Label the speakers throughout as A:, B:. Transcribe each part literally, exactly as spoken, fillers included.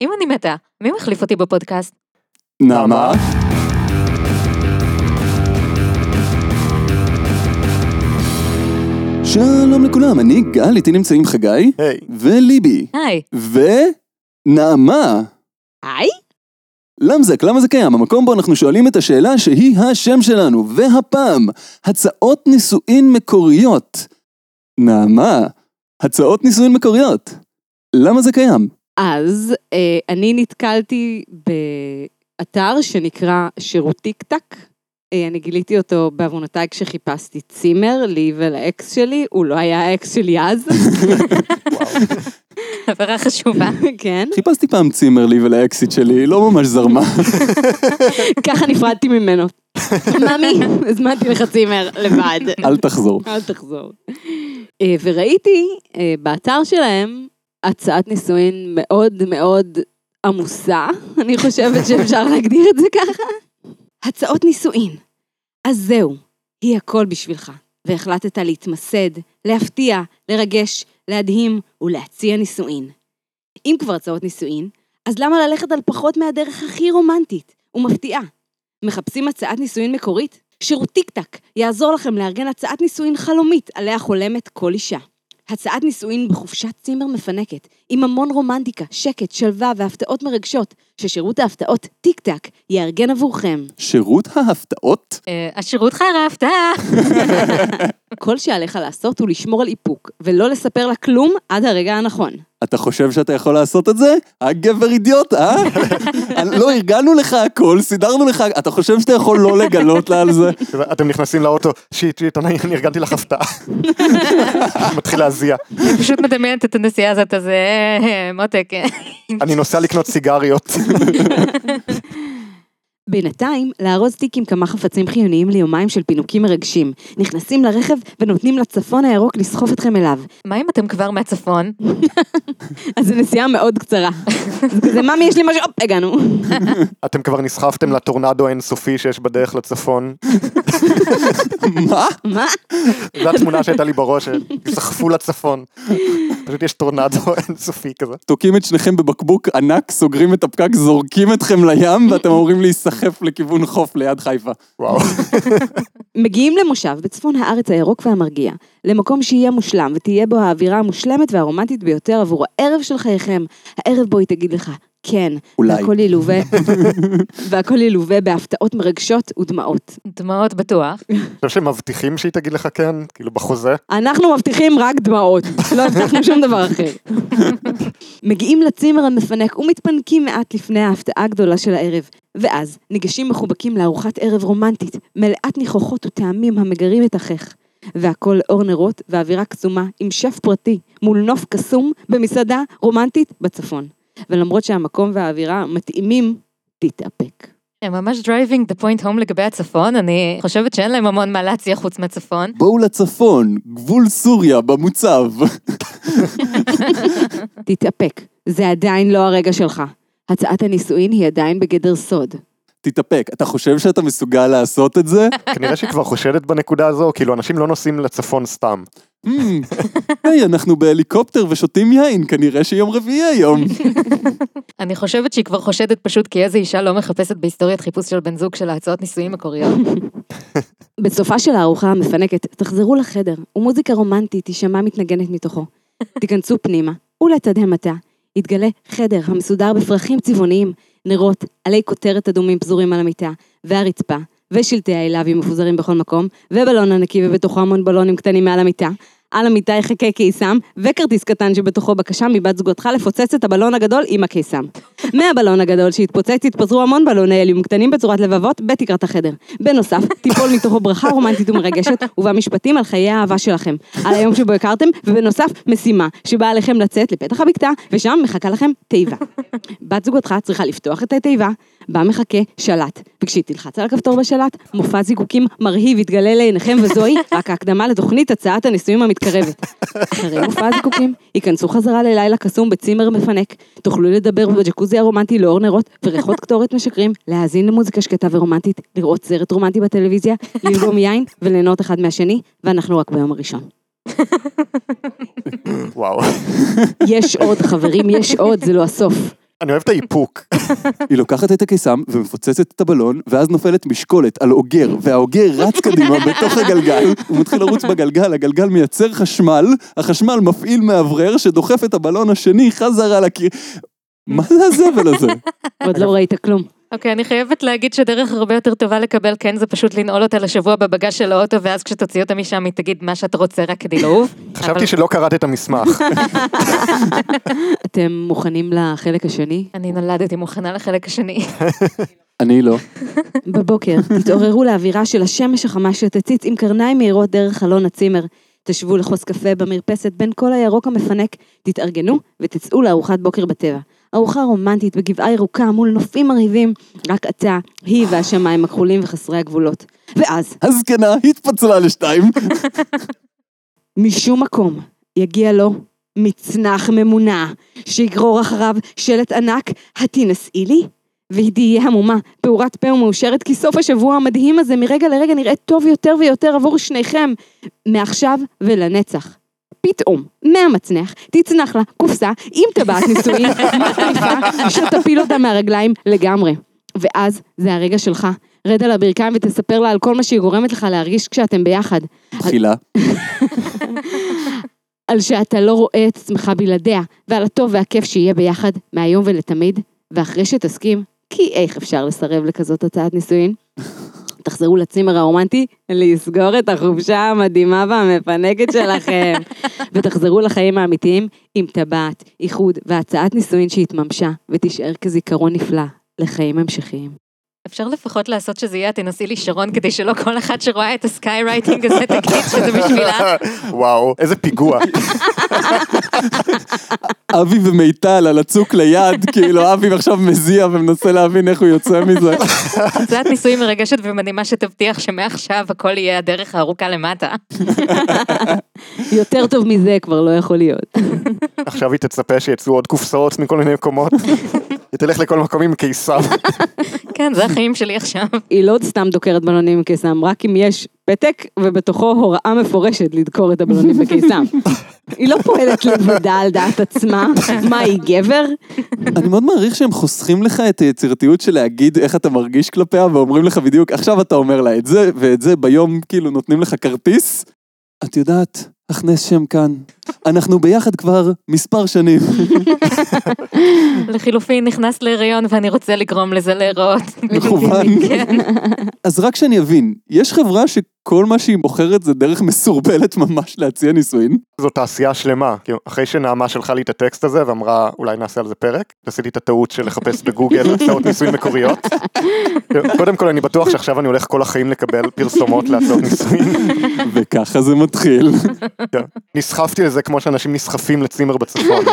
A: אם אני מתה, מי מחליף אותי בפודקאסט?
B: נעמה? שלום לכולם, אני גל, איתי נמצאים חגי,
C: היי.
B: וליבי,
A: היי.
B: ונעמה.
A: היי?
B: למזק, למה זה קיים? המקום בו אנחנו שואלים את השאלה שהיא השם שלנו, והפעם, הצעות נישואין מקוריות. נעמה, הצעות נישואין מקוריות. למה זה קיים?
D: אז אה, אני נתקלתי באתר שנקרא שירות טיק טק. אה, אני גיליתי אותו בעוונותיי כשחיפשתי צימר, לי ולאקס שלי, הוא לא היה האקס שלי אז.
A: עברה חשובה.
D: כן.
B: חיפשתי פעם צימר לי ולאקסיט שלי, לא ממש זרמה.
D: ככה נפרדתי ממנו. ממי, הזמנתי לך צימר לבד.
B: אל תחזור.
D: אל תחזור. אה, וראיתי אה, באתר שלהם הצעת נישואין מאוד מאוד עמוסה, אני חושבת שאפשר להגדיר את זה ככה. הצעות נישואין. אז זהו, היא הכל בשבילך. והחלטת להתמסד, להפתיע, לרגש, להדהים ולהציע נישואין. אם כבר הצעות נישואין, אז למה ללכת על פחות מהדרך הכי רומנטית ומפתיעה? מחפשים הצעת נישואין מקורית? שירות טיק טק יעזור לכם לארגן הצעת נישואין חלומית עליה חולמת כל אישה. הצעת נישואין בחופשת צימר מפנקת, עם המון רומנטיקה, שקט, שלווה והפתעות מרגשות, ששירות ההפתעות טיק טק יארגן עבורכם.
B: שירות ההפתעות?
A: השירות חיירה ההפתעה.
B: כל
D: שעליך לעשות הוא לשמור על איפוק, ולא לספר לה כלום עד הרגע הנכון.
B: אתה חושב שאתה יכול לעשות את זה? הגבר אידיוט, אה? לא, ארגנו לך הכל, סידרנו לך, אתה חושב שאתה יכול לא לגלות לה על זה?
C: אתם נכנסים לאוטו, שיט, שיט, אני ארגנתי לך הפתעה. מתחיל להזיע.
A: אני פשוט מדמיינת את הנסיעה הזאת, אז מותק.
C: אני נוסע לקנות סיגריות.
D: בינתיים, לארוז תיק עם כמה חפצים חיוניים ליומיים של פינוקים מרגשים. נכנסים לרכב ונותנים לצפון הירוק לסחוף אתכם אליו.
A: מה אם אתם כבר מהצפון?
D: אז זו נסיעה מאוד קצרה. זה כזה, ממי, יש לי משהו, אופ, הגענו.
C: אתם כבר נסחפתם לטורנדו האינסופי שיש בדרך לצפון.
B: מה?
D: מה?
C: זו התמונה שהייתה לי בראש, שסחפו לצפון. פשוט יש טורנדו אינסופי כזה.
B: תוקים את שניכם בבקבוק ענק, סוגרים את הפקק, זורקים אתכם לים, ואתם אומרים להיסחף לכיוון חוף ליד חיפה.
C: וואו.
D: מגיעים למושב בצפון הארץ הירוק והמרגיע, למקום שיהיה מושלם ותהיה בו האווירה המושלמת והרומנטית ביותר עבור הערב של חייכם. הערב בו היא תגיד לך, כן,
B: אולי.
D: והכל ילווה, והכל ילווה בהפתעות מרגשות ודמעות.
A: דמעות בטוח.
C: אני חושב שהם מבטיחים שהיא תגיד לך כן, כאילו בחוזה.
D: אנחנו מבטיחים רק דמעות, לא הבטחנו שום דבר אחר. מגיעים לצימר המפנק ומתפנקים מעט לפני ההפתעה הגדולה של הערב, ואז ניגשים מחובקים לארוחת ערב רומנטית, מלאת ניחוחות וטעמים המגרים את החך. והכל אור נרות ואווירה קסומה עם שף פרטי מול נוף קסום במסעדה רומנטית בצפון. ולמרות שהמקום והאווירה מתאימים, תתאפק.
A: הם ממש driving the point home לגבי הצפון, אני חושבת שאין להם המון מה להציע חוץ מהצפון.
B: בואו לצפון, גבול סוריה במוצב.
D: תתאפק, זה עדיין לא הרגע שלך. הצעת הנישואין היא עדיין בגדר סוד.
B: תתאפק, אתה חושב שאתה מסוגל לעשות את זה?
C: כנראה שהיא כבר חושדת בנקודה הזו, כאילו אנשים לא נוסעים לצפון סתם.
B: היי, אנחנו בהליקופטר ושותים יין, כנראה שיום רביעי היום.
A: אני חושבת שהיא כבר חושדת פשוט כי איזה אישה לא מחפשת בהיסטוריית חיפוש של בן זוג של ההצעות נישואים מקוריות.
D: בסופה של הארוחה המפנקת, תחזרו לחדר, ומוזיקה רומנטית תשמע מתנגנת מתוכו. תיכנסו פנימה, ולתדהמתה, יתגלה חדר המסודר בפרחים צבעוניים, נרות, עלי כותרת אדומים פזורים על המיטה, והרצפה, ושלטי האילבים מפוזרים בכל מקום, ובלון ענקי ובתוכו המון בלונים קטנים מעל המיטה. על המיטה יחכה קיסם, וכרטיס קטן שבתוכו בקשה מבת זוגתך לפוצץ את הבלון הגדול עם הקיסם. מהבלון הגדול שהתפוצץ התפזרו המון בלוני הליום קטנים בצורת לבבות בתקרת החדר. בנוסף, תיפול מתוכו ברכה רומנטית ומרגשת, ובמשפטים על חיי האהבה שלכם, על היום שבו הכרתם, ובנוסף משימה שבאה עליכם לצאת לפתח הבקתה, ושם מחכה לכם תיבה. בת זוגתך צריכה לפתוח את התיבה, בה מחכה שלט, וכשהיא תלחץ על הכפתור בשלט, מופע זיקוקים מרהיב יתגלה לעיניכם, וזוהי רק ההקדמה לתוכנית הצעת הנישואים המתקרבת. אחרי מופע הזיקוקים, ייכנסו חזרה ללילה קסום בצימר מפנק, תוכלו לדבר בג'קוזי הרומנטי לאור נרות וריחות קטורת משקרים, להאזין למוזיקה שקטה ורומנטית, לראות סרט רומנטי בטלוויזיה, ללגום יין וליהנות אחד מהשני, ואנחנו רק ביום הראשון.
C: וואו.
D: יש עוד, חברים, יש עוד, זה לא הסוף.
C: אני אוהב את האיפוק.
B: היא לוקחת את הקיסם ומפוצצת את הבלון, ואז נופלת משקולת על אוגר, והאוגר רץ קדימה בתוך הגלגל, הוא מתחיל לרוץ בגלגל, הגלגל מייצר חשמל, החשמל מפעיל מאוורר שדוחף את הבלון השני חזרה לקיר. מה זה הזבל הזה?
D: עוד לא ראית כלום.
A: אוקיי, אני חייבת להגיד שדרך הרבה יותר טובה לקבל כן, זה פשוט לנעול אותה לשבוע בבגז של האוטו, ואז כשתוציא אותה משם היא תגיד מה שאת רוצה רק כדי לעוף.
C: חשבתי שלא קראת את המסמך.
D: אתם מוכנים לחלק השני?
A: אני נולדתי מוכנה לחלק השני.
B: אני לא.
D: בבוקר תתעוררו לאווירה של השמש החמה שתציץ עם קרניים מהירות דרך חלון הצימר. תשבו לחוס קפה במרפסת בין כל הירוק המפנק, תתארגנו ותצאו לארוחת בוקר בטבע. ארוחה רומנטית בגבעה ירוקה מול נופים מרהיבים, רק אתה, היא והשמיים הכחולים וחסרי הגבולות. ואז,
B: הזקנה התפצלה לשתיים.
D: משום מקום יגיע לו מצנח ממונה, שיגרור אחריו שלט ענק, התינשאי לי, והיא תהיה המומה, פעורת פה ומאושרת, כי סוף השבוע המדהים הזה מרגע לרגע נראה טוב יותר ויותר עבור שניכם, מעכשיו ולנצח. פתאום, מהמצנח, תצנח לה קופסה עם טבעת נישואין, מחליפה, שתפיל אותה מהרגליים לגמרי. ואז זה הרגע שלך. רד על הברכיים ותספר לה על כל מה שהיא גורמת לך להרגיש כשאתם ביחד.
B: חילה.
D: על שאתה לא רואה את עצמך בלעדיה, ועל הטוב והכיף שיהיה ביחד מהיום ולתמיד, ואחרי שתסכים, כי איך אפשר לסרב לכזאת הצעת נישואין? תחזרו לצימר הרומנטי, לסגור את החופשה המדהימה והמפנקת שלכם, ותחזרו לחיים האמיתיים עם טבעת, איחוד והצעת נישואין שהתממשה, ותישאר כזיכרון נפלא לחיים המשכיים.
A: אפשר לפחות לעשות שזה יהיה, תנסי לי שרון, כדי שלא כל אחד שרואה את הסקאי רייטינג הזה תגיד שזה בשבילה.
C: וואו, איזה פיגוע.
B: אבי ומיטל על הצוק ליד, כאילו אבי עכשיו מזיע ומנסה להבין איך הוא יוצא מזה.
A: הצעת ניסוי מרגשת ומדהימה שתבטיח שמעכשיו הכל יהיה הדרך הארוכה למטה.
D: יותר טוב מזה כבר לא יכול להיות.
C: עכשיו היא תצפה שיצאו עוד קופסאות מכל מיני מקומות. היא תלך לכל מקום עם קיסם.
A: כן, זה החיים שלי עכשיו.
D: היא לא סתם דוקרת בלונים עם קיסם, רק אם יש פתק ובתוכו הוראה מפורשת לדקור את הבלונים בקיסם. היא לא פועלת לבדה על דעת עצמה, מה היא גבר?
B: אני מאוד מעריך שהם חוסכים לך את היצירתיות של להגיד איך אתה מרגיש כלפיה, ואומרים לך בדיוק, עכשיו אתה אומר לה את זה, ואת זה ביום כאילו נותנים לך כרטיס. את יודעת, הכנס שם כאן. אנחנו ביחד כבר מספר שנים.
A: לחילופין נכנס להיריון ואני רוצה לגרום לזה להיראות.
B: מכוון. אז רק שאני אבין, יש חברה שכל מה שהיא מוכרת זה דרך מסורבלת ממש להציע נישואין?
C: זו תעשייה שלמה. אחרי שנעמה שלחה לי את הטקסט הזה ואמרה, אולי נעשה על זה פרק, עשיתי את הטעות של לחפש בגוגל הצעות נישואין מקוריות. קודם כל אני בטוח שעכשיו אני הולך כל החיים לקבל פרסומות להצעות נישואין.
B: וככה זה מתחיל.
C: נסחפתי לזה כמו שאנשים נסחפים לצימר בצפון.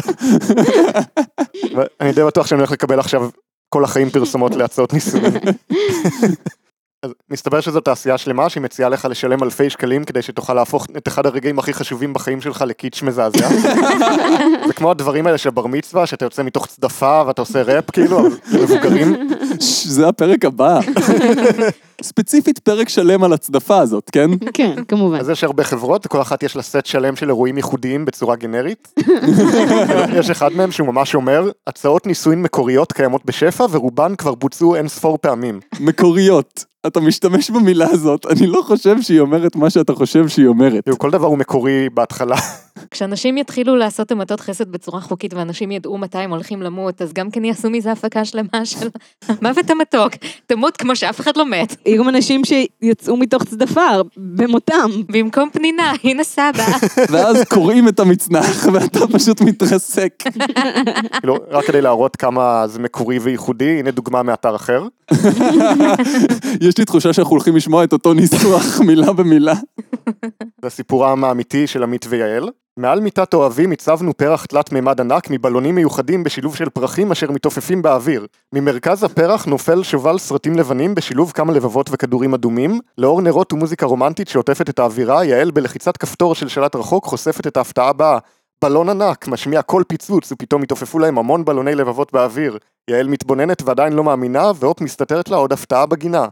C: אני די בטוח שאני הולך לקבל עכשיו כל החיים פרסומות להצעות נישואין. אז מסתבר שזו תעשייה שלמה שהיא מציעה לך לשלם אלפי שקלים כדי שתוכל להפוך את אחד הרגעים הכי חשובים בחיים שלך לקיץ' מזעזע. זה כמו הדברים האלה של בר מצווה, שאתה יוצא מתוך צדפה ואתה עושה ראפ כאילו, אבל למבוגרים.
B: זה הפרק הבא. ספציפית פרק שלם על הצדפה הזאת, כן?
D: כן, כמובן.
C: אז יש הרבה חברות, כל אחת יש לה סט שלם של אירועים ייחודיים בצורה גנרית. יש אחד מהם שהוא ממש אומר, הצעות נישואין מקוריות קיימות בשפע, ורובן כבר בוצעו אין ספור פעמים.
B: מקוריות. אתה משתמש במילה הזאת, אני לא חושב שהיא אומרת מה שאתה חושב שהיא אומרת.
C: כל דבר הוא מקורי בהתחלה.
A: כשאנשים יתחילו לעשות המתות חסד בצורה חוקית, ואנשים ידעו מתי הם הולכים למות, אז גם כן יעשו מזה הפקה שלמה של מוות המתוק, תמות כמו שאף אחד לא מת.
D: יהיו גם אנשים שיצאו מתוך צדפה, במותם.
A: במקום פנינה, הנה סבא.
B: ואז קוראים את המצנח, ואתה פשוט מתרסק.
C: רק כדי להראות כמה זה מקורי וייחודי, הנה דוגמה מאתר אחר.
B: יש לי תחושה שאנחנו הולכים לשמוע את אותו ניסוח מילה במילה.
C: זה סיפורם האמיתי של עמית ויעל. מעל מיטת אוהבים הצבנו פרח תלת מימד ענק מבלונים מיוחדים בשילוב של פרחים אשר מתעופפים באוויר. ממרכז הפרח נופל שובל סרטים לבנים בשילוב כמה לבבות וכדורים אדומים. לאור נרות ומוזיקה רומנטית שעוטפת את האווירה, יעל בלחיצת כפתור של שלט רחוק חושפת את ההפתעה הבאה. בלון ענק, משמיע כל פיצוץ, ופתאום התעופפו להם המון בלוני לבבות באוויר. יעל מתבוננת ועדיין לא מאמינה, והופ מסתתרת לה עוד הפתעה בגינה.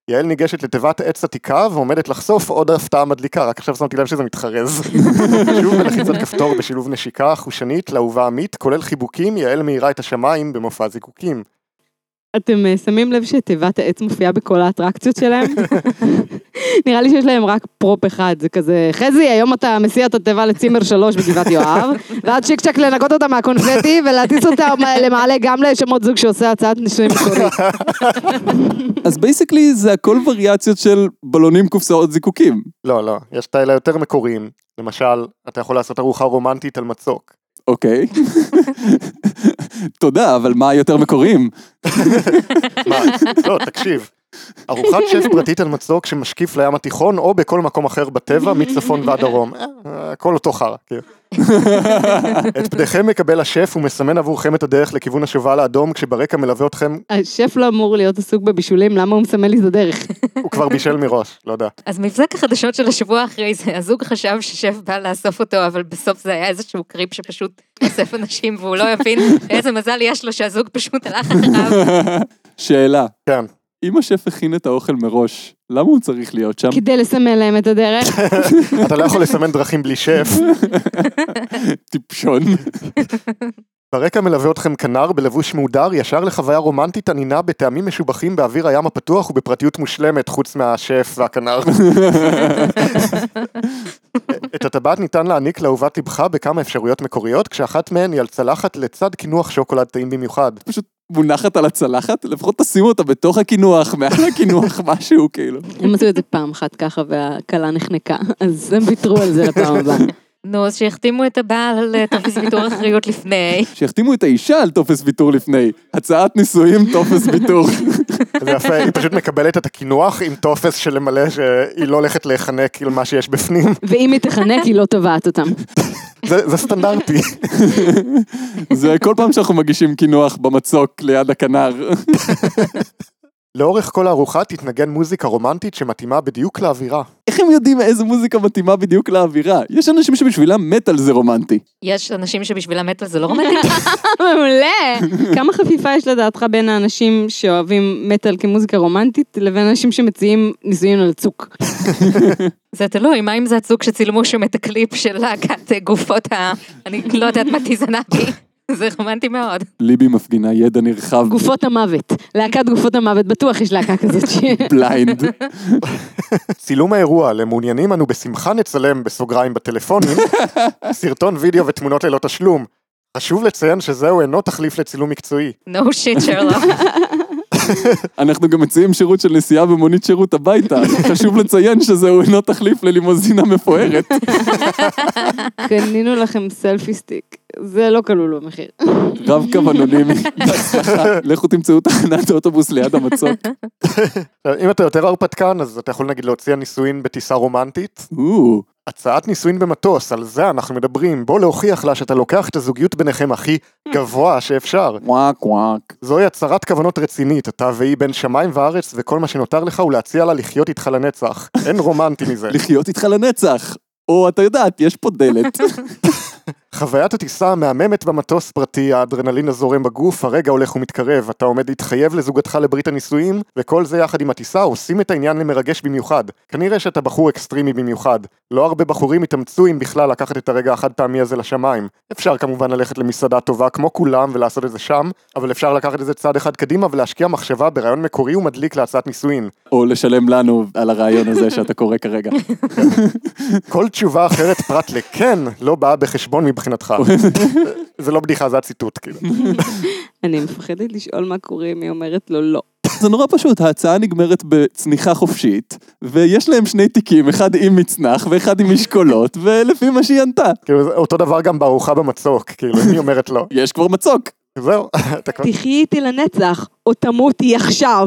C: יעל ניגשת לתיבת עץ עתיקה ועומדת לחשוף עוד הפתעה מדליקה, רק עכשיו שמתי לב שזה מתחרז. שוב בלחיצת כפתור בשילוב נשיקה, חושנית, לאהובה עמית, כולל חיבוקים, יעל מאירה את השמיים במופע זיקוקים.
D: אתם שמים לב שתיבת העץ מופיעה בכל האטרקציות שלהם? נראה לי שיש להם רק פרופ אחד, זה כזה, חזי, היום אתה מסיע את התיבה לצימר שלוש בגבעת יואב, ועד צ'יק צ'ק לנקות אותה מהקונפטי, ולהטיס אותה למעלה גם לשמות זוג שעושה הצעת נישואים מקורית.
B: אז בייסיקלי זה הכל וריאציות של בלונים קופסאות זיקוקים.
C: לא, לא, יש את האלה יותר מקוריים. למשל, אתה יכול לעשות ארוחה רומנטית על מצוק.
B: אוקיי. תודה, אבל מה יותר מקוריים?
C: מה? לא, תקשיב. ארוחת שף פרטית על מצוק שמשקיף לים התיכון, או בכל מקום אחר בטבע, מצפון ועד דרום. הכל אותו חרא. את פניכם מקבל השף ומסמן עבורכם את הדרך לכיוון השובל האדום, כשברקע מלווה אתכם...
D: השף לא אמור להיות עסוק בבישולים, למה הוא מסמן לי את הדרך?
C: הוא כבר בישל מראש, לא יודע.
A: אז מבזק החדשות של השבוע אחרי זה, הזוג חשב ששף בא לאסוף אותו, אבל בסוף זה היה איזשהו קריפ שפשוט אוסף אנשים, והוא לא הבין איזה מזל יש לו שהזוג פשוט הלך אחריו.
B: שאלה.
C: כן.
B: אם השף הכין את האוכל מראש, למה הוא צריך להיות שם?
D: כדי לסמן להם את הדרך.
C: אתה לא יכול לסמן דרכים בלי שף.
B: טיפשון.
C: ברקע מלווה אתכם כנר בלבוש מודר, ישר לחוויה רומנטית ענינה בטעמים משובחים באוויר הים הפתוח ובפרטיות מושלמת, חוץ מהשף והכנר. את הטבעת ניתן להעניק לאהובת לבך בכמה אפשרויות מקוריות, כשאחת מהן היא על צלחת לצד קינוח שוקולד טעים במיוחד.
B: פשוט מונחת על הצלחת, לפחות תשימו אותה בתוך הקינוח, מעל הקינוח, משהו כאילו.
D: הם עשו את זה פעם אחת ככה והקלה נחנקה, אז הם ויתרו על זה לפעם הבאה.
A: נו, אז שיחתימו את הבעל על טופס ויתור אחריות לפני.
B: שיחתימו את האישה על טופס ויתור לפני. הצעת נישואים, טופס ויתור.
C: זה יפה, היא פשוט מקבלת את הקינוח עם טופס של למלא שהיא לא הולכת להיחנק על מה שיש בפנים.
D: ואם היא תחנק, היא לא תובעת אותם.
C: זה, זה סטנדרטי.
B: זה כל פעם שאנחנו מגישים קינוח במצוק ליד הכנר.
C: לאורך כל הארוחה תתנגן מוזיקה רומנטית שמתאימה בדיוק לאווירה.
B: איך הם יודעים איזה מוזיקה מתאימה בדיוק לאווירה? יש אנשים שבשבילם מטל זה רומנטי.
A: יש אנשים שבשבילם מטל זה לא רומנטי.
D: מעולה. כמה חפיפה יש לדעתך בין האנשים שאוהבים מטל כמוזיקה רומנטית, לבין אנשים שמציעים ניסויים על צוק?
A: זה תלוי, מה אם זה הצוק שצילמו שם את הקליפ של להקת גופות ה... אני לא יודעת מה תיזנתי. זה רומנטי מאוד.
B: ליבי מפגינה ידע נרחב.
D: גופות המוות. להקת גופות המוות, בטוח יש להקה כזאת.
B: בליינד.
C: צילום האירוע, למעוניינים אנו בשמחה נצלם בסוגריים בטלפונים, סרטון וידאו ותמונות ללא תשלום. חשוב לציין שזהו אינו תחליף לצילום מקצועי.
A: No shit, שרלוק.
B: אנחנו גם מציעים שירות של נסיעה במונית שירות הביתה. חשוב לציין שזהו אינו תחליף ללימוזינה מפוארת.
D: קנינו לכם סלפי סטיק. זה לא כלול במחיר.
B: רב קו אנונימי. לכו תמצאו תחנת אוטובוס ליד המצוק.
C: אם אתה יותר הרפתקן, אז אתה יכול נגיד להוציא נישואין בטיסה רומנטית.
B: או.
C: הצעת נישואין במטוס, על זה אנחנו מדברים. בוא להוכיח לה שאתה לוקח את הזוגיות ביניכם הכי גבוה שאפשר.
B: וואק וואק.
C: זוהי הצהרת כוונות רצינית, אתה והיא בין שמיים וארץ, וכל מה שנותר לך הוא להציע לה לחיות איתך לנצח. אין רומנטי מזה.
B: לחיות איתך לנצח. או אתה יודעת, יש פה דלת.
C: חוויית הטיסה המהממת במטוס פרטי, האדרנלין הזורם בגוף, הרגע הולך ומתקרב, אתה עומד להתחייב לזוגתך לברית הנישואים, וכל זה יחד עם הטיסה עושים את העניין למרגש במיוחד. כנראה שאתה בחור אקסטרימי במיוחד. לא הרבה בחורים התאמצו אם בכלל לקחת את הרגע החד פעמי הזה לשמיים. אפשר כמובן ללכת למסעדה טובה כמו כולם ולעשות את זה שם, אבל אפשר לקחת את זה צעד אחד קדימה ולהשקיע מחשבה ברעיון מקורי ומדליק להצעת נישואין.
B: או לשלם לנו על הרעיון הזה שאתה קורא כרגע.
C: כל תשובה אחרת פרט לכן לא באה בחשבון מבחינתך. זה לא בדיחה, זה הציטוט, כאילו.
D: אני מפחדת לשאול מה קורה אם היא אומרת לו לא.
B: זה נורא פשוט, ההצעה נגמרת בצניחה חופשית, ויש להם שני תיקים, אחד עם מצנח ואחד עם משקולות, ולפי מה שהיא ענתה.
C: כאילו, אותו דבר גם בארוחה במצוק, כאילו, אם היא אומרת לא.
B: יש כבר מצוק.
C: זהו.
D: תחי איתי לנצח, או תמותי עכשיו.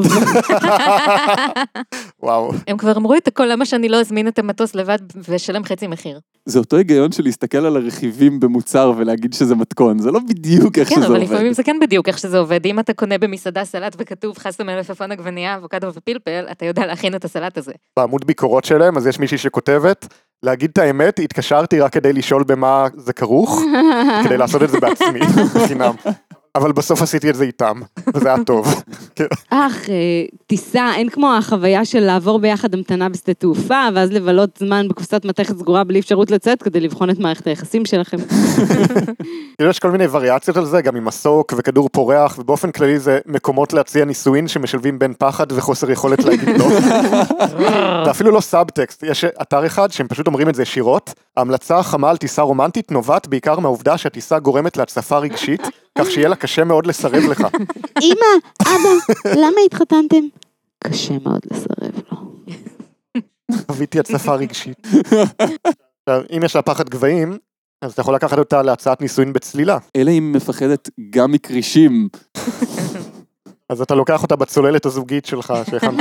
C: וואו.
A: הם כבר אמרו את הכל, למה שאני לא אזמין את המטוס לבד ושלם חצי מחיר.
B: זה אותו היגיון של להסתכל על הרכיבים במוצר ולהגיד שזה מתכון, זה לא בדיוק איך שזה עובד.
A: כן, אבל לפעמים זה כן בדיוק איך שזה עובד. אם אתה קונה במסעדה סלט וכתוב חסה מלפפון עגבנייה, אבוקדו ופלפל, אתה יודע להכין את הסלט הזה.
C: בעמוד ביקורות שלהם, אז יש מישהי שכותבת, להגיד את האמת, התקשרתי רק כדי לשאול במה זה כרוך, כדי לעשות את זה בעצמי, בחינם. אבל בסוף עשיתי את זה איתם, וזה היה טוב.
D: אך, טיסה, אין כמו החוויה של לעבור ביחד המתנה בשדה תעופה, ואז לבלות זמן בקופסת מתכת סגורה בלי אפשרות לצאת, כדי לבחון את מערכת היחסים שלכם.
C: יש כל מיני וריאציות על זה, גם עם מסוק וכדור פורח, ובאופן כללי זה מקומות להציע נישואין שמשלבים בין פחד וחוסר יכולת להגיד לא. זה אפילו לא סאבטקסט, יש אתר אחד שהם פשוט אומרים את זה ישירות, ההמלצה החמה על טיסה רומנטית נובעת בעיקר מהעובדה שהטיסה גורמת להצפה רגשית, כך שיהיה לה קשה מאוד לסרב לך.
D: אמא, אבא, למה התחתנתם? קשה מאוד לסרב לו.
C: חוויתי הצפה רגשית. אם יש לה פחד גבהים, אז אתה יכול לקחת אותה להצעת נישואין בצלילה.
B: אלא אם מפחדת גם מקרישים.
C: אז אתה לוקח אותה בצוללת הזוגית שלך, שהכנת.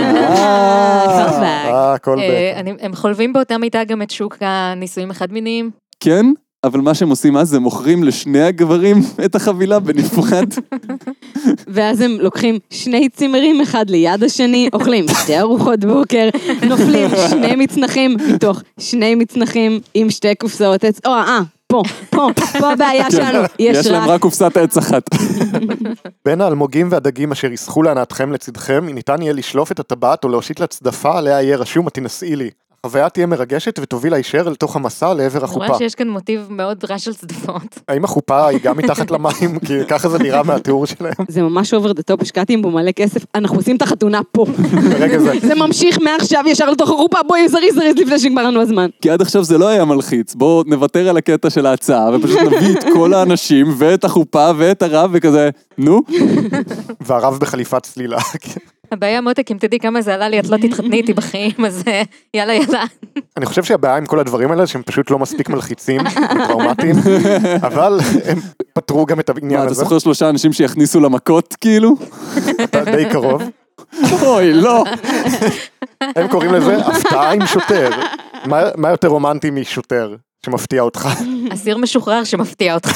D: אה,
C: כל
A: הם חולבים באותה מידה גם את שוק הנישואים אחד מיניים.
B: כן, אבל מה שהם עושים אז, הם מוכרים לשני הגברים את החבילה בנפרד.
D: ואז הם לוקחים שני צימרים אחד ליד השני, אוכלים שתי ארוחות בוקר, נופלים שני מצנחים מתוך שני מצנחים עם שתי קופסאות עץ. או, אה, פה, פה, פה הבעיה שלנו.
B: יש להם רק קופסת עץ אחת.
C: בין האלמוגים והדגים אשר יסחו להנאתכם לצדכם, ניתן יהיה לשלוף את הטבעת או להושיט לצדפה עליה יהיה רשום התנסי לי. החוויה תהיה מרגשת ותוביל הישר אל תוך המסע לעבר החופה.
A: אני רואה שיש כאן מוטיב מאוד רע של צדפות.
C: האם החופה היא גם מתחת למים? כי ככה זה נראה מהתיאור שלהם.
D: זה ממש אובר דה טופ, השקעתי בו מלא כסף, אנחנו עושים את החתונה פה.
C: ברגע זה.
D: זה ממשיך מעכשיו ישר לתוך החופה, בואי זריז זריז לפני שגמר לנו הזמן.
B: כי עד עכשיו זה לא היה מלחיץ, בואו נוותר על הקטע של ההצעה, ופשוט נביא את כל האנשים, ואת החופה, ואת הרב, וכזה, נו.
C: והרב בחליפת צלילה.
A: הבעיה מותק, אם תדעי כמה זה עלה לי, את לא תתחתני איתי בחיים, אז יאללה יאללה.
C: אני חושב שהבעיה עם כל הדברים האלה, שהם פשוט לא מספיק מלחיצים, טראומטיים, אבל הם פתרו גם את העניין
B: מה,
C: הזה.
B: אתה זוכר שלושה אנשים שיכניסו למכות, כאילו?
C: אתה די קרוב.
B: אוי, לא.
C: הם קוראים לזה הפתעה עם שוטר. מה, מה יותר רומנטי משוטר שמפתיע אותך?
A: אסיר משוחרר שמפתיע אותך.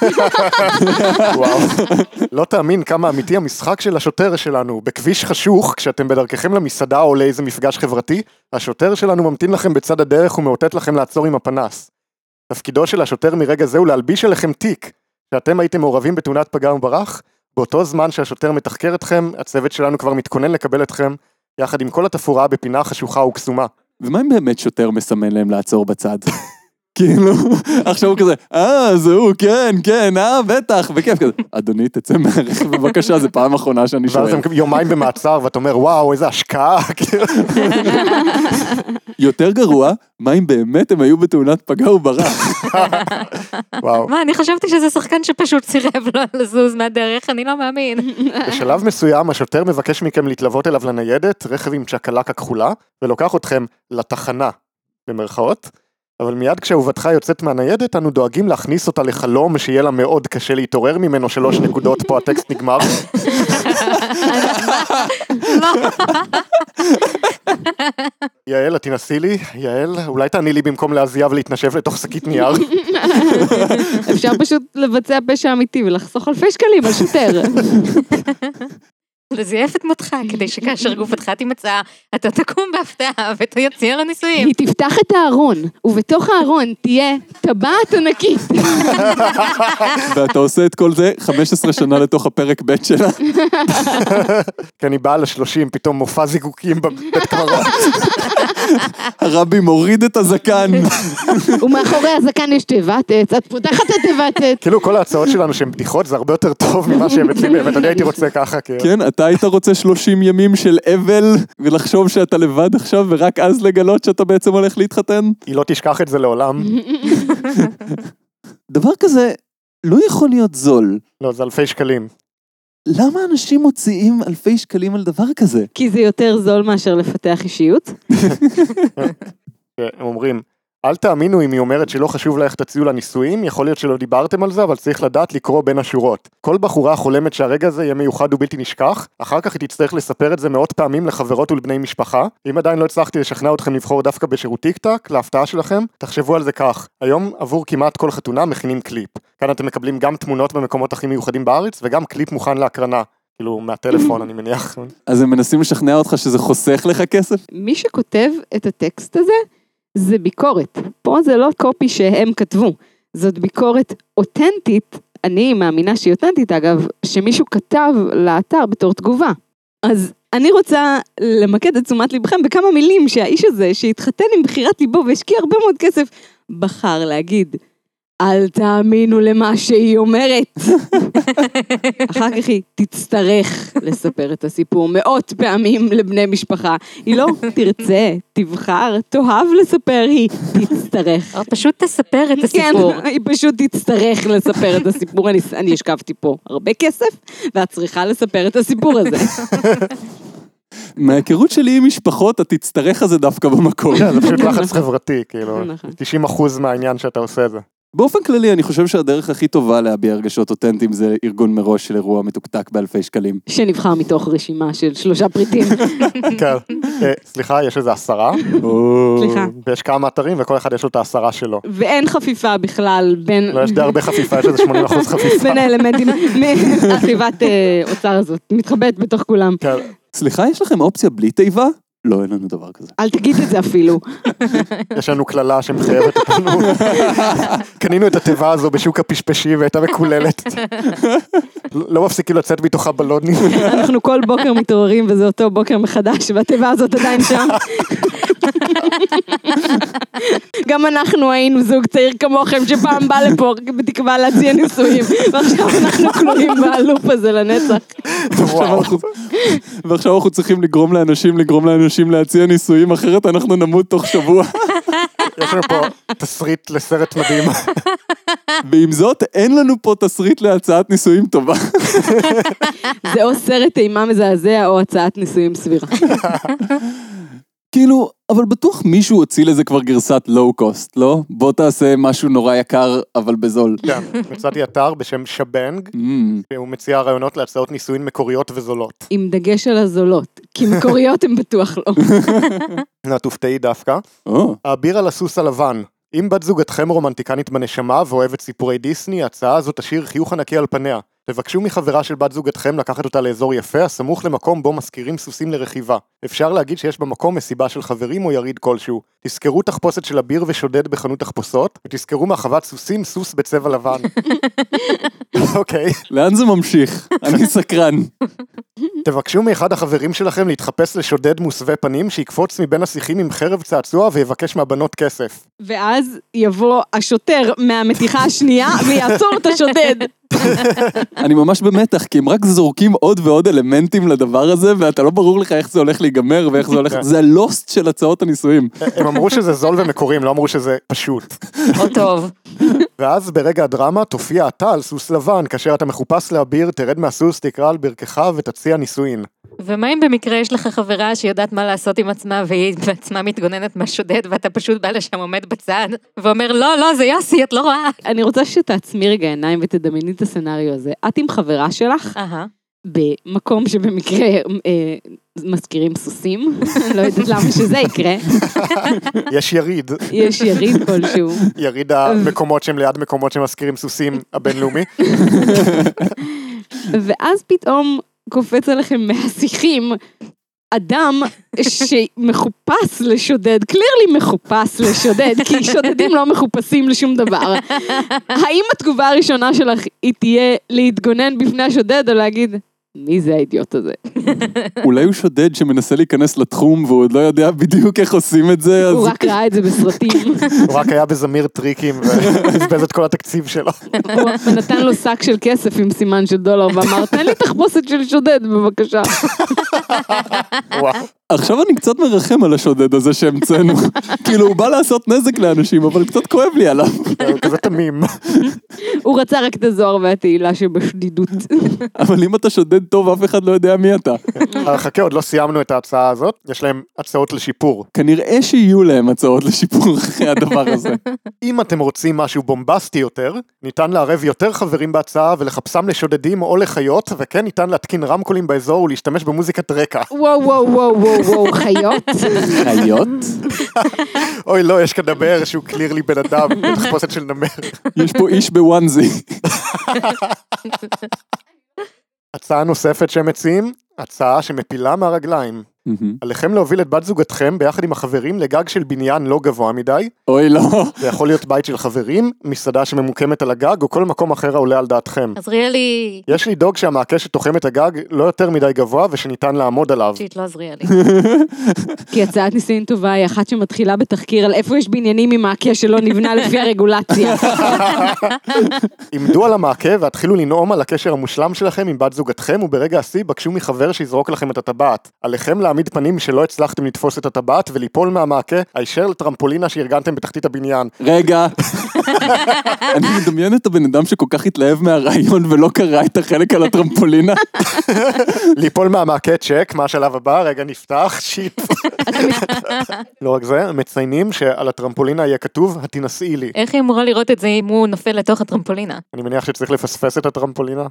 C: וואו. לא תאמין כמה אמיתי המשחק של השוטר שלנו. בכביש חשוך, כשאתם בדרככם למסעדה או לאיזה מפגש חברתי, השוטר שלנו ממתין לכם בצד הדרך ומאותת לכם לעצור עם הפנס. תפקידו של השוטר מרגע זה הוא להלביש עליכם תיק. שאתם הייתם מעורבים בתאונת פגע וברח, באותו זמן שהשוטר מתחקר אתכם, הצוות שלנו כבר מתכונן לקבל אתכם, יחד עם כל התפאורה בפינה חשוכה וקסומה.
B: ומה אם באמת שוטר מסמן להם לעצור בצד? כאילו, עכשיו הוא כזה, אה, זה הוא, כן, כן, אה, בטח, בכיף כזה. אדוני, תצא מהרכב בבקשה, זה פעם אחרונה שאני שואל.
C: ואז הם יומיים במעצר, ואתה אומר, וואו, איזה השקעה.
B: יותר גרוע, מה אם באמת הם היו בתאונת פגע וברח?
C: וואו.
A: מה, אני חשבתי שזה שחקן שפשוט סירב לו לזוז מהדרך, אני לא מאמין.
C: בשלב מסוים, השוטר מבקש מכם להתלוות אליו לניידת, רכב עם צ'קלקה כחולה, ולוקח אתכם לתחנה, במרכאות. אבל מיד כשאהובתך יוצאת מהניידת, אנו דואגים להכניס אותה לחלום שיהיה לה מאוד קשה להתעורר ממנו, שלוש נקודות, פה הטקסט נגמר. יעל, תנסי לי, יעל, אולי תעני לי במקום להזיע ולהתנשב לתוך שקית נייר.
D: אפשר פשוט לבצע פשע אמיתי ולחסוך אלפי שקלים על שוטר.
A: לזייף את מותך, כדי שכאשר גופתך תימצא, אתה תקום בהפתעה ותיציע לניסויים.
D: היא תפתח את הארון, ובתוך הארון תהיה טבעת ענקית.
B: ואתה עושה את כל זה חמש עשרה שנה לתוך הפרק ב' שלה.
C: כי אני באה לשלושים, פתאום מופע זיקוקים בבית קברות.
B: הרבי מוריד את הזקן.
D: ומאחורי הזקן יש תיבת עץ, את פותחת את תיבת עץ.
C: כאילו כל ההצעות שלנו שהן בדיחות, זה הרבה יותר טוב ממה שהם אצלי באמת, אני הייתי רוצה ככה.
B: כן, אתה היית רוצה שלושים ימים של אבל, ולחשוב שאתה לבד עכשיו, ורק אז לגלות שאתה בעצם הולך להתחתן?
C: היא לא תשכח את זה לעולם.
B: דבר כזה לא יכול להיות זול.
C: לא, זה אלפי שקלים.
B: למה אנשים מוציאים אלפי שקלים על דבר כזה?
D: כי זה יותר זול מאשר לפתח אישיות.
C: הם אומרים, אל תאמינו אם היא אומרת שלא חשוב לה איך תציעו לנישואים, יכול להיות שלא דיברתם על זה, אבל צריך לדעת לקרוא בין השורות. כל בחורה חולמת שהרגע הזה יהיה מיוחד ובלתי נשכח, אחר כך היא תצטרך לספר את זה מאות פעמים לחברות ולבני משפחה. אם עדיין לא הצלחתי לשכנע אתכם לבחור דווקא בשירות טיק טק, להפתעה שלכם, תחשבו על זה כך. היום עבור כמעט כל חתונה מכינים קליפ. כאן אתם מקבלים גם תמונות במקומות הכי מיוחדים בארץ, וגם קליפ מוכן להקרנה. כאילו, מהטלפון, אני מניח.
B: אז הם מנסים לשכנע אותך שזה חוסך לך כסף?
D: מי שכותב את הטקסט הזה, זה ביקורת. פה זה לא קופי שהם כתבו, זאת ביקורת אותנטית אני מאמינה שהיא אותנטית, אגב, שמישהו כתב לאתר בתור תגובה. אז אני רוצה למקד את תשומת לבכם בכמה מילים שהאיש הזה, שהתחתן עם בחירת ליבו והשקיע הרבה מאוד כסף, בחר להגיד, אל תאמינו למה שהיא אומרת. אחר כך היא תצטרך לספר את הסיפור מאות פעמים לבני משפחה. היא לא תרצה, תבחר, תאהב לספר, היא תצטרך.
A: או פשוט תספר את הסיפור.
D: כן, היא פשוט תצטרך לספר את הסיפור. אני, אני השקבתי פה הרבה כסף, ואת צריכה לספר את הסיפור הזה.
B: מההיכרות שלי עם משפחות, התצטרך הזה דווקא במקום.
C: כן, זה פשוט לחץ חברתי, כאילו, תשעים אחוז מהעניין שאתה עושה זה.
B: באופן כללי, אני חושב שהדרך הכי טובה להביע הרגשות אותנטיים זה ארגון מראש של אירוע מתוקתק באלפי שקלים.
D: שנבחר מתוך רשימה של שלושה פריטים.
C: כן. סליחה, יש איזה עשרה.
D: סליחה.
C: ויש כמה אתרים וכל אחד יש לו את העשרה שלו.
D: ואין חפיפה בכלל בין...
C: לא, יש די הרבה חפיפה, יש איזה שמונים אחוז חפיפה.
D: בין האלמנטים, מהחיבת אוצר הזאת, מתחבאת בתוך כולם.
C: כן.
B: סליחה, יש לכם אופציה בלי תיבה? לא, אין לנו דבר כזה.
D: אל תגיד את זה אפילו.
C: יש לנו כללה שמחייבת אותנו. קנינו את התיבה הזו בשוק הפשפשי והייתה מקוללת. לא מפסיקים לצאת מתוכה בלונים.
D: אנחנו כל בוקר מתעוררים וזה אותו בוקר מחדש והתיבה הזאת עדיין שם. גם אנחנו היינו זוג צעיר כמוכם שפעם בא לפה בתקווה להציע נישואים ועכשיו אנחנו כלואים בלופ הזה לנצח.
B: ועכשיו אנחנו צריכים לגרום לאנשים לגרום לאנשים להציע נישואים, אחרת אנחנו נמות תוך שבוע.
C: יש לנו פה תסריט לסרט מדהים.
B: ועם זאת, אין לנו פה תסריט להצעת נישואים טובה.
D: זה או סרט אימה מזעזע או הצעת נישואים סבירה.
B: כאילו, אבל בטוח מישהו הוציא לזה כבר גרסת לואו-קוסט, לא? בוא תעשה משהו נורא יקר, אבל בזול.
C: כן, מצאתי אתר בשם שבנג, שהוא מציע רעיונות להצעות נישואין מקוריות וזולות.
D: עם דגש על הזולות, כי מקוריות הם בטוח לא.
C: לא, תופתעי דווקא. האביר על הסוס הלבן. אם בת זוגתכם רומנטיקנית בנשמה ואוהבת סיפורי דיסני, ההצעה הזאת תשאיר חיוך ענקי על פניה. תבקשו מחברה של בת זוגתכם לקחת אותה לאזור יפה, הסמוך למקום בו מזכירים סוסים לרכיבה. אפשר להגיד שיש במקום מסיבה של חברים או יריד כלשהו. תזכרו תחפושת של אביר ושודד בחנות תחפושות, ותזכרו מהחוות סוסים סוס בצבע לבן. אוקיי.
B: לאן זה ממשיך? אני סקרן.
C: תבקשו מאחד החברים שלכם להתחפש לשודד מוסווה פנים, שיקפוץ מבין השיחים עם חרב צעצוע ויבקש מהבנות כסף.
D: ואז יבוא השוטר מהמתיחה השנייה ויעצור את השודד.
B: אני ממש במתח, כי הם רק זורקים עוד ועוד אלמנטים לדבר הזה, ואתה לא ברור לך איך זה הולך להיגמר, ואיך זה הולך... זה הלוסט של הצעות הנישואים.
C: הם אמרו שזה זול ומקורים, לא אמרו שזה פשוט.
A: או טוב.
C: ואז ברגע הדרמה תופיע אתה על סוס לבן, כאשר אתה מחופש לאביר, תרד מהסוס, תקרא על ברכך ותציע נישואין.
A: ומה אם במקרה יש לך חברה שיודעת מה לעשות עם עצמה, והיא בעצמה מתגוננת מהשודד, ואתה פשוט בא לשם עומד בצד, ואומר, לא, לא, זה יוסי, את לא רואה.
D: אני רוצה שתעצמי רגע עיניים ותדמייני את הסצנריו הזה. את עם חברה שלך, במקום שבמקרה מזכירים סוסים, לא יודעת למה שזה יקרה.
C: יש יריד.
D: יש יריד כלשהו.
C: יריד המקומות שהם ליד מקומות שמזכירים סוסים הבינלאומי.
D: ואז פתאום קופץ עליכם מהשיחים, אדם שמחופש לשודד, קלירלי מחופש לשודד, כי שודדים לא מחופשים לשום דבר. האם התגובה הראשונה שלך היא תהיה להתגונן בפני השודד, או להגיד, מי זה האידיוט הזה?
B: אולי הוא שודד שמנסה להיכנס לתחום, והוא עוד לא יודע בדיוק איך עושים את זה.
D: הוא רק ראה את זה בסרטים.
C: הוא רק היה בזמיר טריקים, והסבז את כל התקציב שלו.
D: הוא נתן לו שק של כסף עם סימן של דולר, ואמר, תן לי תחפושת של שודד, בבקשה.
B: עכשיו אני קצת מרחם על השודד הזה שהמצאנו. כאילו, הוא בא לעשות נזק לאנשים, אבל קצת כואב לי עליו.
C: הוא כזה תמים.
D: הוא רצה רק את הזוהר והתהילה שבשדידות.
B: אבל אם אתה שודד טוב, אף אחד לא יודע מי אתה.
C: חכה, עוד לא סיימנו את ההצעה הזאת. יש להם הצעות לשיפור.
B: כנראה שיהיו להם הצעות לשיפור אחרי הדבר הזה.
C: אם אתם רוצים משהו בומבסטי יותר, ניתן לערב יותר חברים בהצעה ולחפשם לשודדים או לחיות, וכן ניתן להתקין רמקולים באזור ולהשתמש במוזיקת רקע.
D: וואו וואו וואו וואו וואו, חיות?
B: חיות?
C: אוי לא, יש כאן נמר שהוא קלירלי בן אדם, בתחפושת של נמר.
B: יש פה איש בוואנזי.
C: הצעה נוספת שהם מציעים, הצעה שמפילה מהרגליים. עליכם להוביל את בת זוגתכם ביחד עם החברים לגג של בניין לא גבוה מדי.
B: אוי לא.
C: זה יכול להיות בית של חברים, מסעדה שממוקמת על הגג, או כל מקום אחר העולה על דעתכם.
A: עזריה לי.
C: יש לדאוג שהמעקה שתוחם את הגג לא יותר מדי גבוה ושניתן לעמוד עליו.
A: שיט, לא עזריה לי.
D: כי הצעת נישואין טובה היא אחת שמתחילה בתחקיר על איפה יש בניינים עם מעקה שלא נבנה לפי הרגולציה.
C: עמדו על המעקה והתחילו לנאום על הקשר המושלם שלכם עם בת זוגתכם, וברגע השיא בקשו מחבר שיזרוק לכם את הטבעת. עליכם להעמיד פנים שלא הצלחתם לתפוס את הטבעת וליפול מהמעקה הישר לטרמפולינה שארגנתם בתחתית הבניין.
B: רגע. אני מדמיין את הבן אדם שכל כך התלהב מהרעיון ולא קרא את החלק על הטרמפולינה.
C: ליפול מהמעקה צ'ק, מה השלב הבא? רגע נפתח, שיט. לא רק זה, מציינים שעל הטרמפולינה יהיה כתוב, התנסי לי.
A: איך היא אמורה לראות את זה אם הוא נופל לתוך הטרמפולינה?
C: אני מניח שצריך לפספס את הטרמפולינה.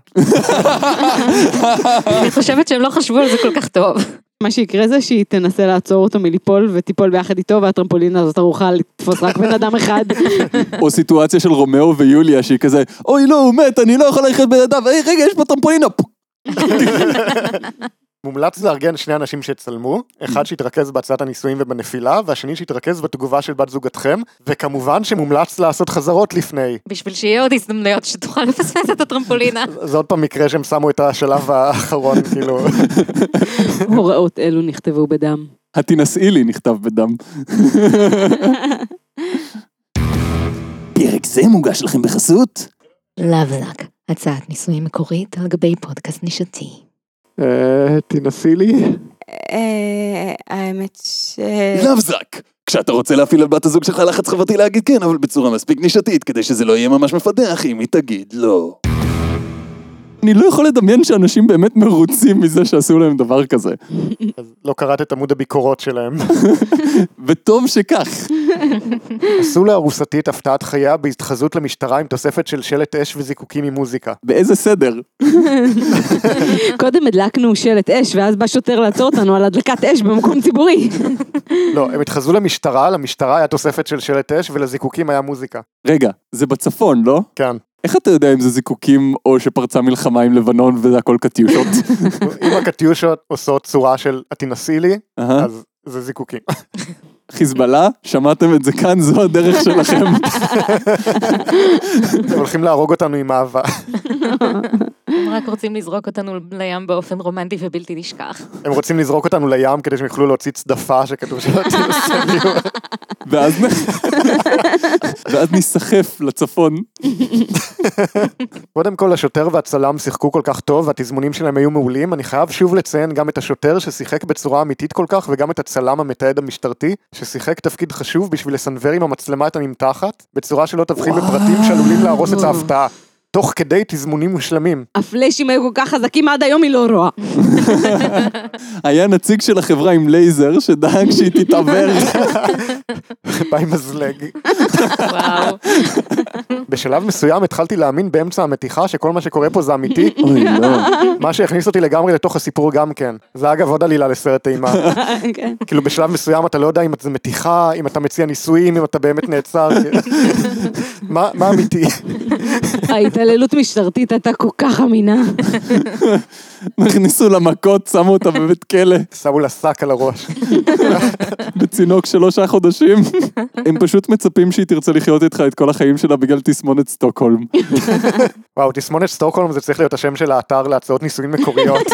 A: אני חושבת שהם לא חשבו על זה כל כך טוב.
D: מה שיקרה זה שהיא תנסה לעצור אותו מליפול ותיפול ביחד איתו, והטרמפולינה הזאת ארוחה לתפוס רק בן אדם אחד.
B: או סיטואציה של רומאו ויוליה שהיא כזה, אוי לא, הוא מת, אני לא יכול ללכת בן אדם, היי רגע, יש פה טרמפולינה.
C: מומלץ לארגן שני אנשים שצלמו, אחד שיתרכז בהצעת הניסויים ובנפילה, והשני שיתרכז בתגובה של בת זוגתכם, וכמובן שמומלץ לעשות חזרות לפני.
A: בשביל שיהיה עוד הזדמנויות שתוכל לפספס את הטרמפולינה.
C: זה עוד פעם מקרה שהם שמו את השלב האחרון, כאילו.
D: הוראות אלו נכתבו בדם.
B: התנסי לי נכתב בדם. פרק זה מוגש לכם בחסות?
A: לבלק, הצעת ניסויים מקורית על גבי פודקאסט נישתי.
C: תנסי לי.
D: האמת ש...
B: לבזק! כשאתה רוצה להפעיל על בת הזוג שלך לחץ חברתי להגיד כן, אבל בצורה מספיק נישתית, כדי שזה לא יהיה ממש מפתח אם היא תגיד לא. אני לא יכול לדמיין שאנשים באמת מרוצים מזה שעשו להם דבר כזה.
C: אז לא קראת את עמוד הביקורות שלהם.
B: וטוב שכך.
C: עשו לארוסתית הפתעת חייה בהתחזות למשטרה עם תוספת של שלט אש וזיקוקים עם מוזיקה.
B: באיזה סדר?
D: קודם הדלקנו שלט אש, ואז בא שוטר לעצור אותנו על הדלקת אש במקום ציבורי.
C: לא, הם התחזו למשטרה, למשטרה היה תוספת של שלט אש ולזיקוקים היה מוזיקה.
B: רגע, זה בצפון, לא?
C: כן.
B: איך אתה יודע אם זה זיקוקים או שפרצה מלחמה עם לבנון וזה הכל קטיושות?
C: אם הקטיושות עושות צורה של התנסי לי, אז זה זיקוקים.
B: חיזבאללה, שמעתם את זה כאן, זו הדרך שלכם.
C: הם הולכים להרוג אותנו עם אהבה.
A: הם רק רוצים לזרוק אותנו לים באופן רומנטי ובלתי נשכח.
C: הם רוצים לזרוק אותנו לים כדי שהם יוכלו להוציא צדפה שכתוב של התנסי לי.
B: ואז ואז נסחף לצפון.
C: קודם כל, השוטר והצלם שיחקו כל כך טוב, והתזמונים שלהם היו מעולים. אני חייב שוב לציין גם את השוטר ששיחק בצורה אמיתית כל כך, וגם את הצלם המתעד המשטרתי, ששיחק תפקיד חשוב בשביל לסנבר עם המצלמה את הנמתחת, בצורה שלא תבחין בפרטים שעלולים להרוס את ההפתעה. תוך כדי תזמונים מושלמים.
D: הפלאשים היו כל כך חזקים עד היום היא לא רואה.
B: היה נציג של החברה עם לייזר שדאג שהיא תתעבר.
C: בא עם מזלג.
A: וואו.
C: בשלב מסוים התחלתי להאמין באמצע המתיחה שכל מה שקורה פה זה אמיתי.
B: אוי לא.
C: מה שהכניס אותי לגמרי לתוך הסיפור גם כן. זה אגב עוד עלילה לסרט אימה. כאילו בשלב מסוים אתה לא יודע אם זה מתיחה, אם אתה מציע ניסויים, אם אתה באמת נעצר. מה אמיתי?
D: ההתעללות משטרתית הייתה כל כך אמינה.
B: נכניסו למכות, שמו אותה בבית כלא.
C: שמו לה שק על הראש.
B: בצינוק שלושה חודשים. הם פשוט מצפים שהיא תרצה לחיות איתך את כל החיים שלה בגלל תסמונת סטוקהולם.
C: וואו, תסמונת סטוקהולם זה צריך להיות השם של האתר להצעות ניסויים מקוריות.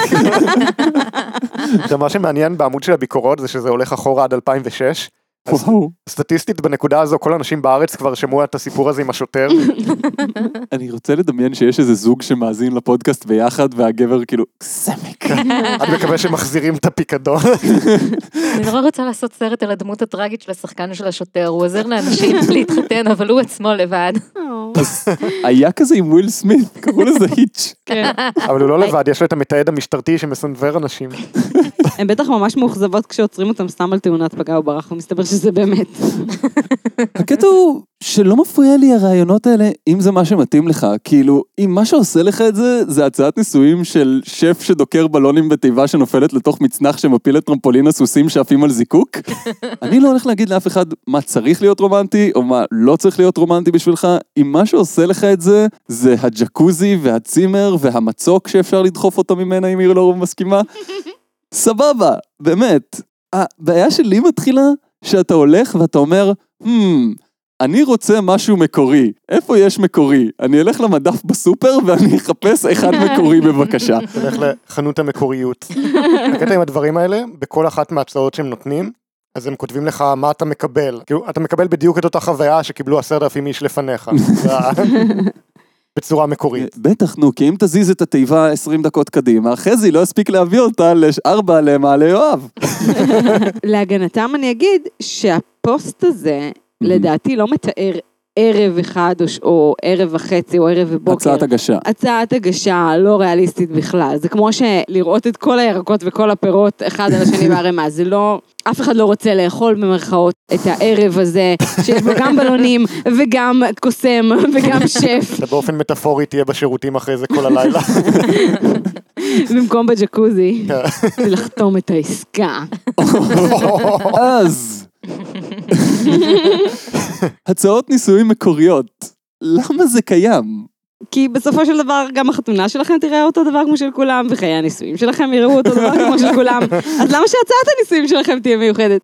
C: מה שמעניין בעמוד של הביקורות זה שזה הולך אחורה עד אלפיים ושש.
B: וואו.
C: סטטיסטית בנקודה הזו כל האנשים בארץ כבר שמעו את הסיפור הזה עם השוטר.
B: אני רוצה לדמיין שיש איזה זוג שמאזין לפודקאסט ביחד והגבר כאילו סמק.
C: אני מקווה שמחזירים את הפיקדון.
A: אני נורא רוצה לעשות סרט על הדמות הטרגית של השחקן של השוטר, הוא עוזר לאנשים להתחתן אבל הוא עצמו לבד.
B: היה כזה עם וויל סמית, קראו לזה היץ'.
C: אבל הוא לא לבד, יש לו את המתעד המשטרתי שמסנבר אנשים.
D: הם בטח ממש מאוכזבות כשעוצרים אותם סתם על תאונת פגע וברח, ומסתבר שזה באמת.
B: הקטע הוא שלא מפריע לי הרעיונות האלה, אם זה מה שמתאים לך, כאילו, אם מה שעושה לך את זה, זה הצעת ניסויים של שף שדוקר בלונים בתיבה שנופלת לתוך מצנח שמפיל את טרמפולין הסוסים שעפים על זיקוק, אני לא הולך להגיד לאף אחד מה צריך להיות רומנטי, או מה לא צריך להיות רומנטי בשבילך, אם מה שעושה לך את זה, זה הג'קוזי והצימר והמצוק שאפשר לדחוף אותו ממנה אם היא לא מסכימה, סבבה, באמת. הבעיה שלי מתחילה שאתה הולך ואתה אומר, hmm, אני רוצה משהו מקורי. איפה יש מקורי? אני אלך למדף בסופר ואני אחפש אחד מקורי בבקשה.
C: תלך לחנות המקוריות. הקטע עם הדברים האלה, בכל אחת מההצעות שהם נותנים, אז הם כותבים לך מה אתה מקבל. כאילו, אתה מקבל בדיוק את אותה חוויה שקיבלו עשרת אלפים איש לפניך. בצורה מקורית.
B: בטח, נו, כי אם תזיז את התיבה עשרים דקות קדימה, חזי לא הספיק להביא אותה לארבע למעלה יואב.
D: להגנתם אני אגיד שהפוסט הזה, לדעתי לא מתאר ערב אחד או ערב וחצי או ערב ובוקר.
B: הצעת הגשה.
D: הצעת הגשה לא ריאליסטית בכלל. זה כמו שלראות את כל הירקות וכל הפירות אחד על השני בערימה. זה לא, אף אחד לא רוצה לאכול במרכאות את הערב הזה, שיש בו גם בלונים וגם קוסם וגם שף.
C: אתה באופן מטאפורי תהיה בשירותים אחרי זה כל הלילה.
D: במקום בג'קוזי. לחתום את העסקה.
B: אז... הצעות נישואים מקוריות. למה זה קיים?
D: כי בסופו של דבר גם החתונה שלכם תראה אותו דבר כמו של כולם, וחיי הנישואים שלכם יראו אותו דבר כמו של כולם. אז למה שהצעת הנישואים שלכם תהיה מיוחדת?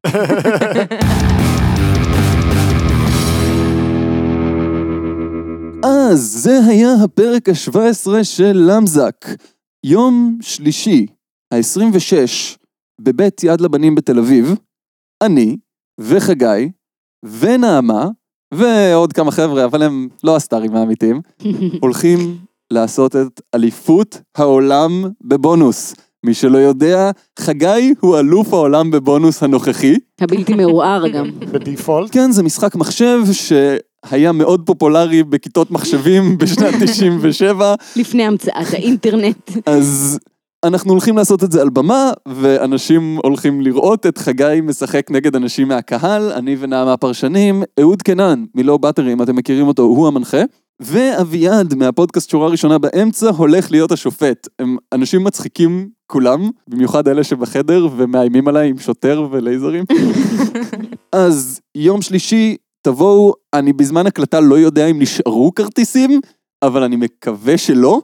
B: אז זה היה הפרק ה-שבע עשרה של למזק. יום שלישי, ה-עשרים ושש, בבית יד לבנים בתל אביב, אני וחגי ונעמה ועוד כמה חבר'ה, אבל הם לא הסטארים האמיתיים, הולכים לעשות את אליפות העולם בבונוס. מי שלא יודע, חגי הוא אלוף העולם בבונוס הנוכחי.
D: הבלתי מעורער גם.
C: בדיפולט.
B: כן, זה משחק מחשב שהיה מאוד פופולרי בכיתות מחשבים בשנת תשעים ושבע.
D: לפני המצאת האינטרנט.
B: אז אנחנו הולכים לעשות את זה על במה, ואנשים הולכים לראות את חגי משחק נגד אנשים מהקהל, אני ונעמה פרשנים, אהוד קנן, מלא בטרי, אם אתם מכירים אותו, הוא המנחה, ואביעד מהפודקאסט שורה ראשונה באמצע הולך להיות השופט. הם אנשים מצחיקים כולם, במיוחד אלה שבחדר ומאיימים עליי עם שוטר ולייזרים. אז יום שלישי תבואו, אני בזמן הקלטה לא יודע אם נשארו כרטיסים, אבל אני מקווה שלא.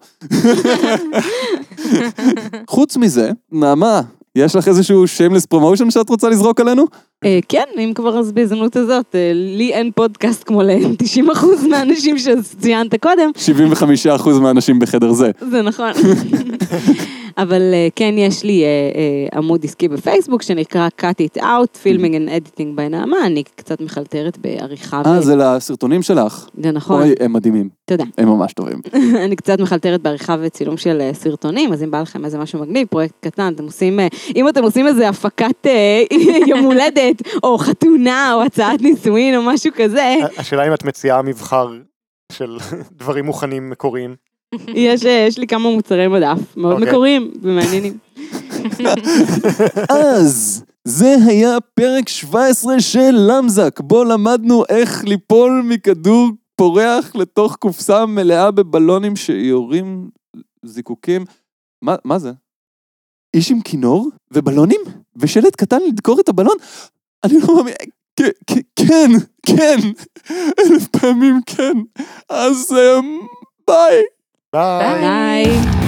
B: חוץ מזה, נעמה, יש לך איזשהו shameless promotion שאת רוצה לזרוק עלינו?
D: כן, אם כבר אז בהזדמנות הזאת, לי אין פודקאסט כמו ל-תשעים אחוז מהאנשים שציינת קודם.
B: שבעים וחמישה אחוז מהאנשים בחדר זה.
D: זה נכון. אבל כן, יש לי עמוד עסקי בפייסבוק שנקרא Cut It Out, Filming and Editing by נעמה, אני קצת מחלטרת בעריכה.
B: אה, זה לסרטונים שלך.
D: זה נכון.
B: אוי, הם מדהימים.
D: תודה.
B: הם ממש טובים.
D: אני קצת מחלטרת בעריכה וצילום של סרטונים, אז אם בא לכם איזה משהו מגניב, פרויקט קטן, אתם עושים, אם אתם עושים איזה הפקת יום הולדת, או חתונה, או הצעת נישואין, או משהו כזה.
C: השאלה אם את מציעה מבחר של דברים מוכנים מקוריים.
D: יש, יש לי כמה מוצרי מדף, מאוד
C: Okay.
D: מקוריים ומעניינים.
B: אז, זה היה פרק שבע עשרה של למזק, בו למדנו איך ליפול מכדור פורח לתוך קופסה מלאה בבלונים שיורים זיקוקים. מה, מה זה? איש עם כינור ובלונים? ושלט קטן לדקור את הבלון? אני לא מאמין, כן, כן, אלף פעמים כן. אז ביי.
C: ביי.
D: ביי.